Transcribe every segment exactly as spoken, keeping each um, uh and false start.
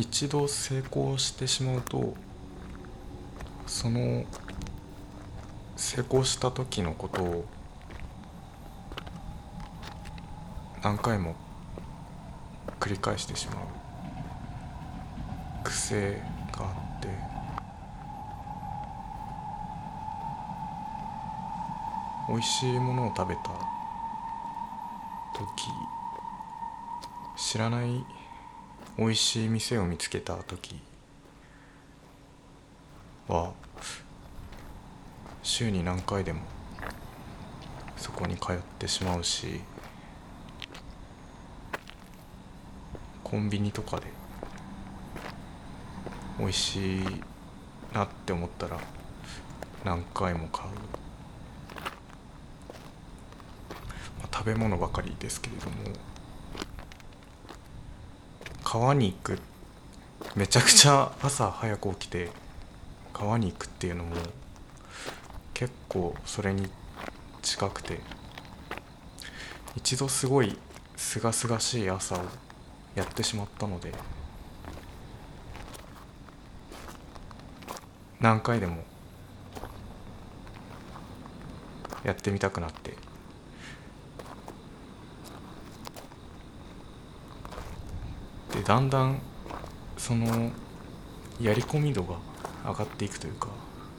一度成功してしまうと、その成功した時のことを何回も繰り返してしまう癖があって、美味しいものを食べた時、知らない美味しい店を見つけた時は週に何回でもそこに通ってしまうし、コンビニとかで美味しいなって思ったら何回も買う、まあ、食べ物ばかりですけれども、川に行く、めちゃくちゃ朝早く起きて川に行くっていうのも結構それに近くて、一度すごい清々しい朝をやってしまったので、何回でもやってみたくなって、でだんだんそのやり込み度が上がっていくというか、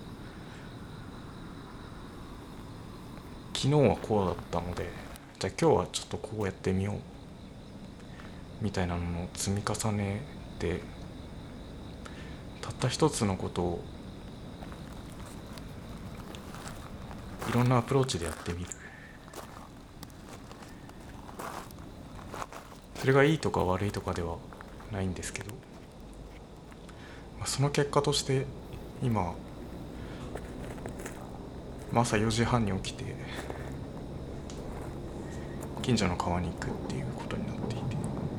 昨日はこうだったので、じゃあ今日はちょっとこうやってみようみたいなのの積み重ねで、たった一つのことをいろんなアプローチでやってみる、それがいいとか悪いとかではないんですけど、その結果として今朝よじはんに起きて近所の川に行くっていうことになっていて、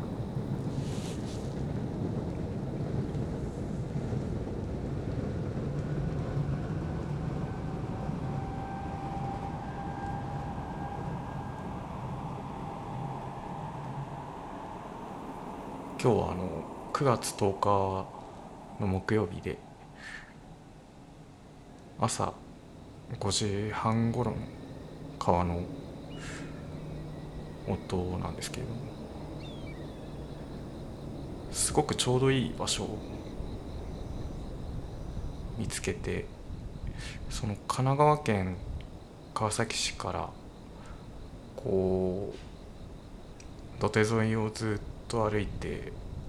今日はあのくがつとおかの木曜日で、朝ごじはん頃の川の音なんですけれども、すごくちょうどいい場所を見つけて、その神奈川県川崎市からこう土手沿いをずっと歩いて、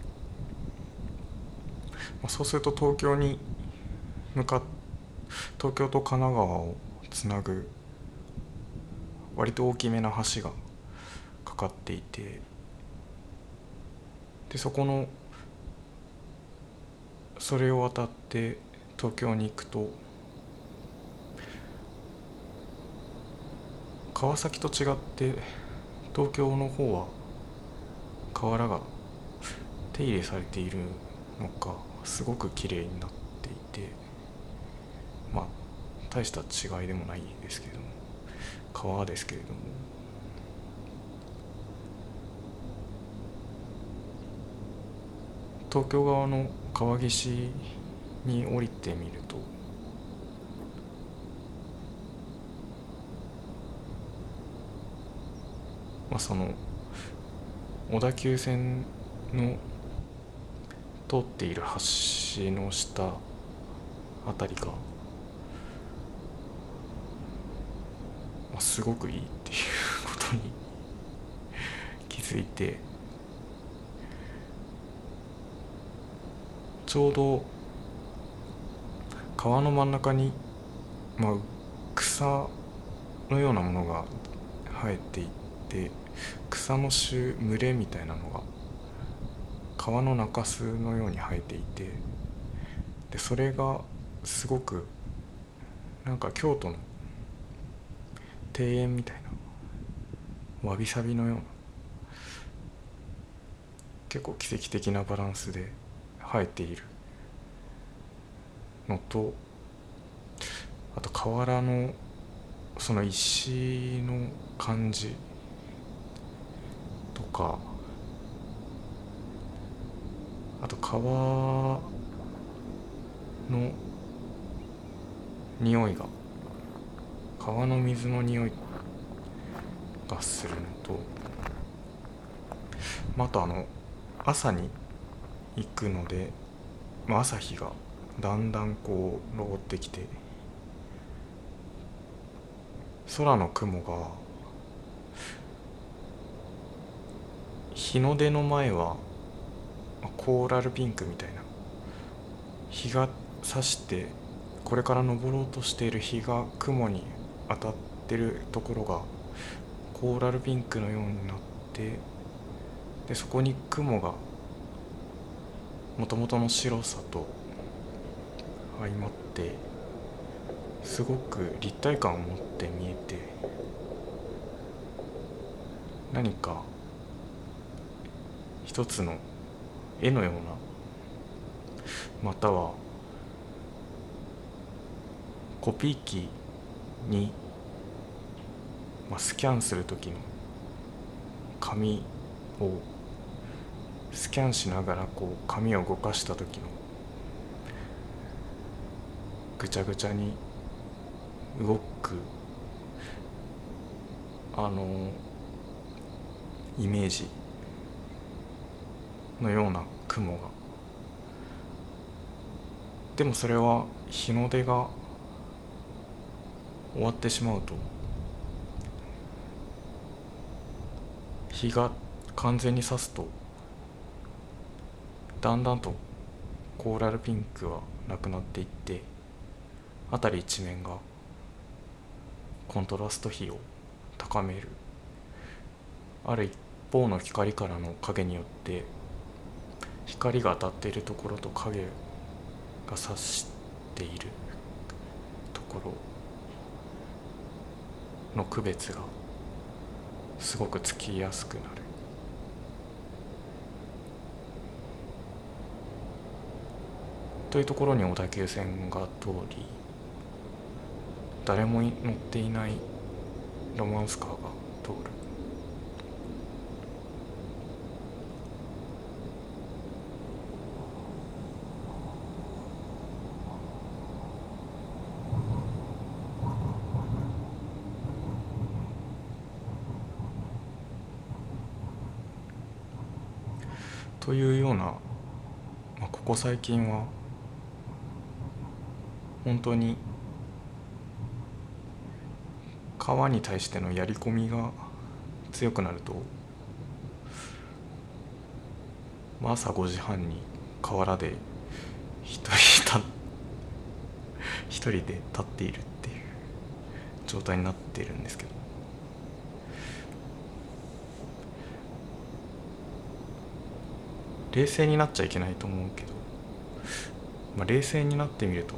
そうすると東京に向かっ東京と神奈川をつなぐ割と大きめな橋がかかっていて、でそこのそれを渡って東京に行くと、川崎と違って東京の方は河原が手入れされているのかすごく綺麗になっていて、まあ大した違いでもないですけれども、川ですけれども、東京側の川岸に降りてみると、まあ、その小田急線の通っている橋の下あたりが、まあ、すごくいいっていうことに気づいて、ちょうど川の真ん中に、まあ、草のようなものが生えていて、草の種群れみたいなのが川の中州のように生えていて、でそれがすごくなんか京都の庭園みたいな、わびさびのような結構奇跡的なバランスで生えているのと、あと河原のその石の感じとか、 あと川の匂いが川の水の匂いがするのと、まあ、あとあの朝に行くので、まあ、朝日がだんだんこう昇ってきて、空の雲が日の出の前はコーラルピンクみたいな、日が差してこれから昇ろうとしている日が雲に当たってるところがコーラルピンクのようになって、でそこに雲がもともとの白さと相まってすごく立体感を持って見えて、何か一つの絵のような、またはコピー機に、まあ、スキャンするときの紙をスキャンしながらこう紙を動かした時のぐちゃぐちゃに動くあのイメージのような雲が、でもそれは日の出が終わってしまうと、日が完全に差すとだんだんとコーラルピンクはなくなっていって、辺り一面がコントラスト比を高める、ある一方の光からの影によって光が当たっているところと影が差しているところの区別がすごくつきやすくなるというところに小田急線が通り、誰も乗っていないロマンスカーが通る。というような、まあ、ここ最近は本当に川に対してのやり込みが強くなると、まあ、朝ごじはんに河原で一人た一人で立っているっていう状態になっているんですけど、冷静になっちゃいけないと思うけど、まあ、冷静になってみると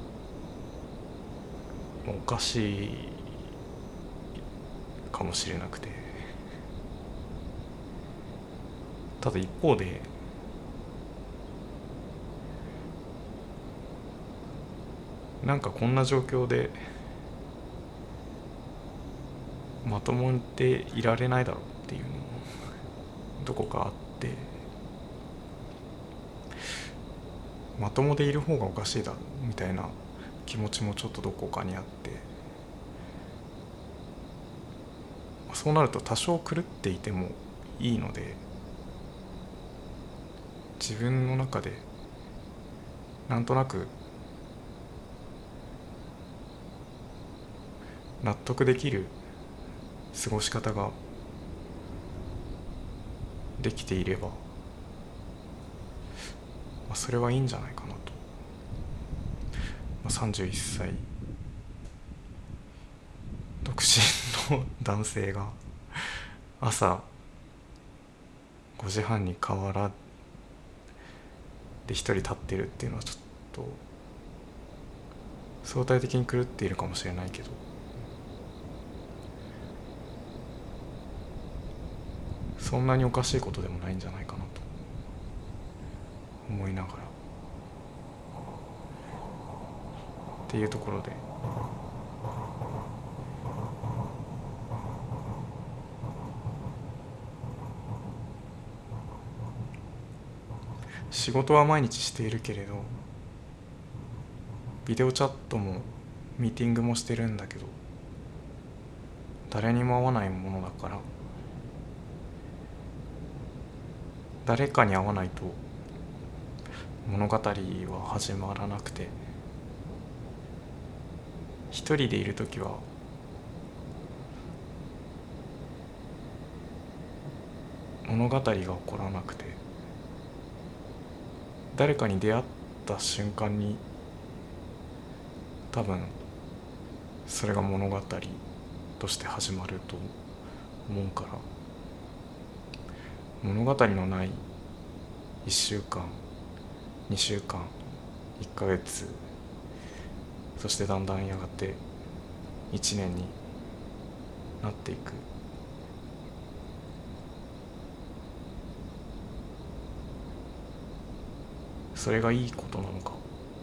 おかしいかもしれなくて、ただ一方でなんかこんな状況でまともでいられないだろうっていうのもどこかあって、まともでいる方がおかしいだみたいな気持ちもちょっとどこかにあって、そうなると多少狂っていてもいいので、自分の中でなんとなく納得できる過ごし方ができていれば、まあ、それはいいんじゃないかなと、まあ、さんじゅういっさい独身の男性が朝ごじはんに河原で一人立ってるっていうのはちょっと相対的に狂っているかもしれないけど、そんなにおかしいことでもないんじゃないかなと思いながらっていうところで、 仕事は毎日しているけれど、ビデオチャットもミーティングもしてるんだけど、誰にも会わないものだから、誰かに会わないと物語は始まらなくて、一人でいるときは物語が起こらなくて、誰かに出会った瞬間に多分それが物語として始まると思うから、物語のないいっしゅうかん、にしゅうかん、いっかげつ、そしてだんだんやがていちねんになっていく。それがいいことなのか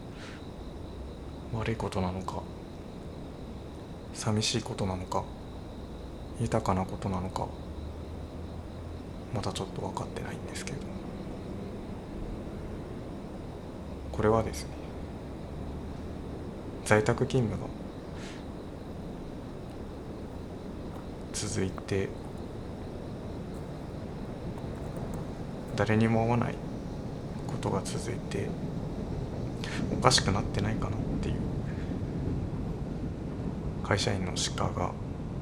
悪いことなのか、寂しいことなのか豊かなことなのか、まだちょっと分かってないんですけれども、これはですね、在宅勤務が続いて誰にも会わないことが続いておかしくなってないかなっていう、会社員の鹿が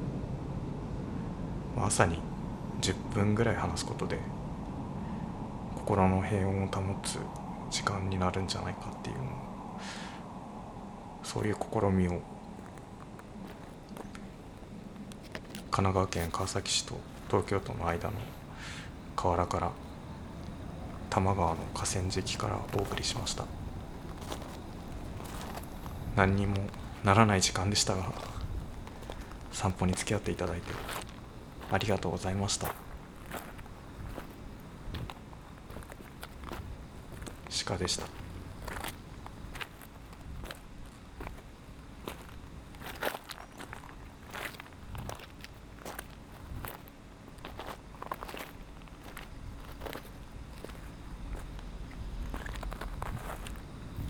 朝にじゅっぷんぐらい話すことで心の平穏を保つ時間になるんじゃないかっていうのを、そういう試みを神奈川県川崎市と東京都の間の河原から多摩川の河川敷からお送りしました。何にもならない時間でしたが、散歩に付き合っていただいてありがとうございました。鹿でした。